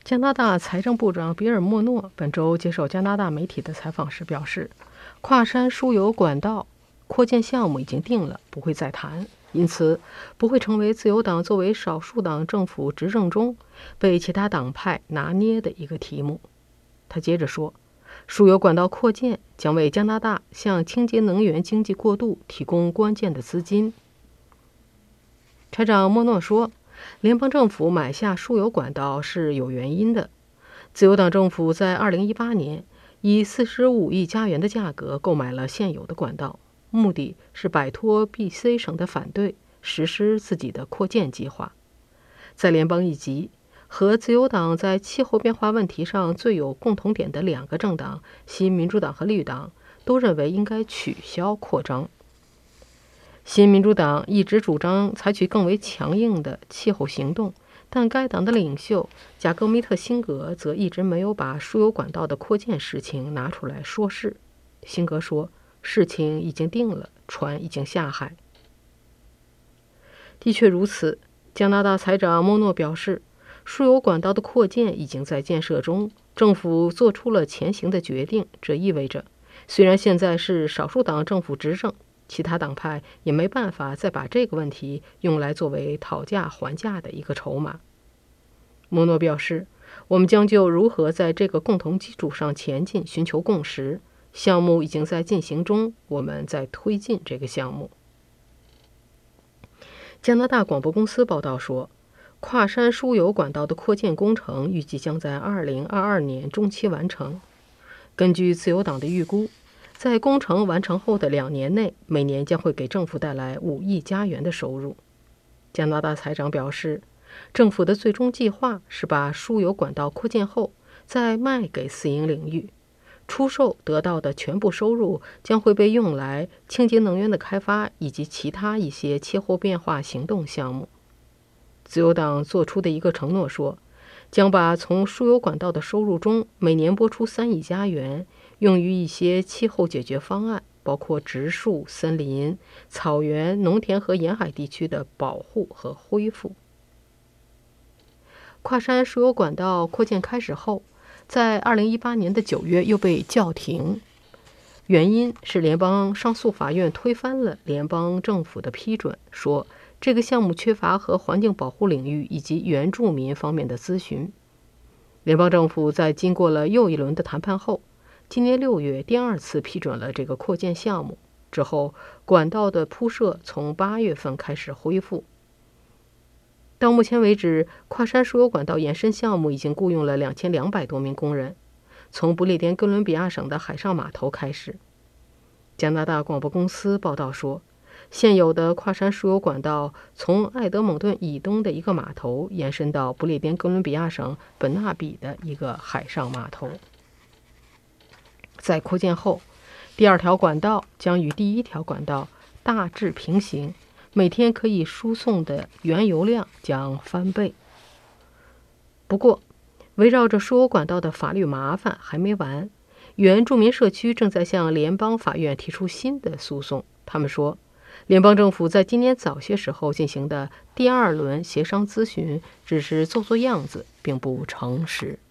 加拿大财政部长比尔·莫诺本周接受加拿大媒体的采访时表示，跨山输油管道扩建项目已经定了，不会再谈，因此不会成为自由党作为少数党政府执政中被其他党派拿捏的一个题目。他接着说，输油管道扩建将为加拿大向清洁能源经济过渡提供关键的资金。财长莫诺说，联邦政府买下输油管道是有原因的。自由党政府在2018年以45亿加元的价格购买了现有的管道，目的是摆脱 BC 省的反对，实施自己的扩建计划。在联邦一级，和自由党在气候变化问题上最有共同点的两个政党新民主党和绿党都认为应该取消扩张。新民主党一直主张采取更为强硬的气候行动，但该党的领袖贾戈米特·辛格则一直没有把输油管道的扩建事情拿出来说事。辛格说，事情已经定了，船已经下海。的确如此，加拿大财长莫诺表示，输油管道的扩建已经在建设中，政府做出了前行的决定。这意味着，虽然现在是少数党政府执政，其他党派也没办法再把这个问题用来作为讨价还价的一个筹码。莫诺表示，我们将就如何在这个共同基础上前进寻求共识。项目已经在进行中，我们在推进这个项目。加拿大广播公司报道说，跨山输油管道的扩建工程预计将在2022年中期完成。根据自由党的预估，在工程完成后的2年内，每年将会给政府带来5亿加元的收入。加拿大财长表示，政府的最终计划是把输油管道扩建后再卖给私营领域，出售得到的全部收入将会被用来清洁能源的开发以及其他一些气候变化行动项目。自由党做出的一个承诺说，将把从输油管道的收入中每年拨出3亿加元，用于一些气候解决方案，包括植树、森林、草原、农田和沿海地区的保护和恢复。跨山输油管道扩建开始后，在2018年的9月又被叫停，原因是联邦上诉法院推翻了联邦政府的批准，说这个项目缺乏和环境保护领域以及原住民方面的咨询。联邦政府在经过了又一轮的谈判后，今年6月第2次批准了这个扩建项目。之后，管道的铺设从8月份开始恢复。到目前为止，跨山输油管道延伸项目已经雇佣了2200多名工人，从不列颠哥伦比亚省的海上码头开始。加拿大广播公司报道说，现有的跨山输油管道从埃德蒙顿以东的一个码头延伸到不列颠哥伦比亚省本纳比的一个海上码头。在扩建后，第2条管道将与第1条管道大致平行，每天可以输送的原油量将翻倍。不过，围绕着输油管道的法律麻烦还没完，原住民社区正在向联邦法院提出新的诉讼。他们说，联邦政府在今年早些时候进行的第2轮协商咨询只是做做样子，并不诚实。